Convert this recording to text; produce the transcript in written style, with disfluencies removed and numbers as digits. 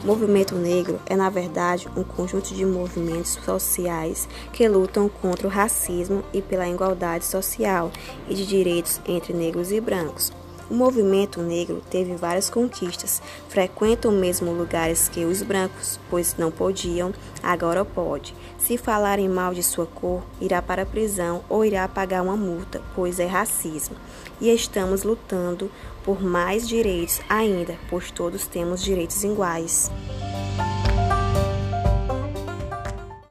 O movimento negro é, na verdade, um conjunto de movimentos sociais que lutam contra o racismo e pela igualdade social e de direitos entre negros e brancos. O movimento negro teve várias conquistas, frequentam mesmo lugares que os brancos, pois não podiam, agora pode. Se falarem mal de sua cor, irá para a prisão ou irá pagar uma multa, pois é racismo. E estamos lutando por mais direitos ainda, pois todos temos direitos iguais.